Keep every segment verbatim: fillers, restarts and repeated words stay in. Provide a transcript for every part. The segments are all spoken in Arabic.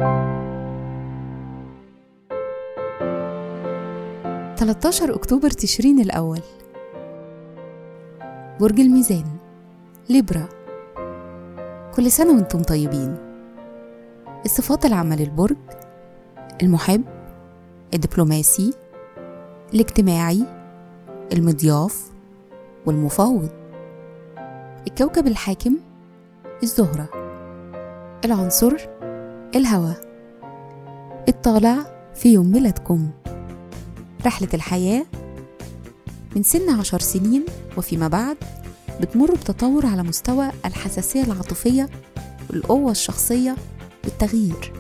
ثلاثة عشر أكتوبر تشرين الأول. برج الميزان، ليبرا. كل سنة وانتم طيبين. الصفات العامة للبرج: المحب، الدبلوماسي، الاجتماعي، المضياف، والمفاوض. الكوكب الحاكم: الزهرة. العنصر: الهواء. الطالع في يوم ميلادكم. رحلة الحياة: من سن عشر سنين وفيما بعد بتمر بتطور على مستوى الحساسية العاطفية والقوة الشخصية والتغيير.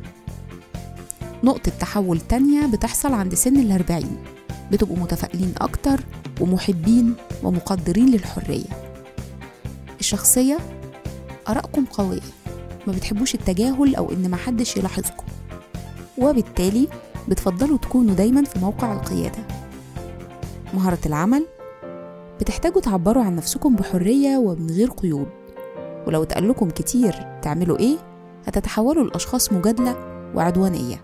نقطة تحول تانية بتحصل عند سن الأربعين، بتبقوا متفائلين أكتر ومحبين ومقدرين للحرية. الشخصية: آرائكم قوية، ما بتحبوش التجاهل أو إن محدش يلاحظكم، وبالتالي بتفضلوا تكونوا دايما في موقع القيادة. مهارة العمل: بتحتاجوا تعبروا عن نفسكم بحرية ومن غير قيود، ولو اتقال لكم كتير تعملوا ايه هتتحولوا لأشخاص مجادلة وعدوانية.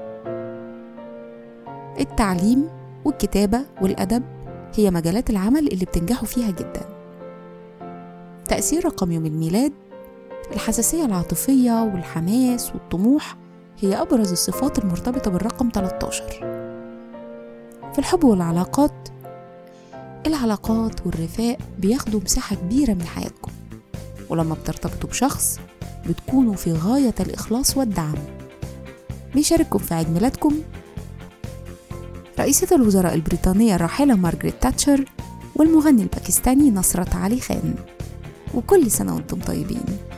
التعليم والكتابة والأدب هي مجالات العمل اللي بتنجحوا فيها جدا. تأثير رقم يوم الميلاد: الحساسية العاطفية والحماس والطموح هي أبرز الصفات المرتبطة بالرقم ثلاثة عشر. في الحب والعلاقات: العلاقات والرفاق بياخدوا مساحة كبيرة من حياتكم، ولما بترتبطوا بشخص بتكونوا في غاية الإخلاص والدعم. بيشارككم في عيد ميلادكم رئيسة الوزراء البريطانية الراحلة مارغريت تاتشر والمغني الباكستاني نصرت علي خان. وكل سنة وانتم طيبين.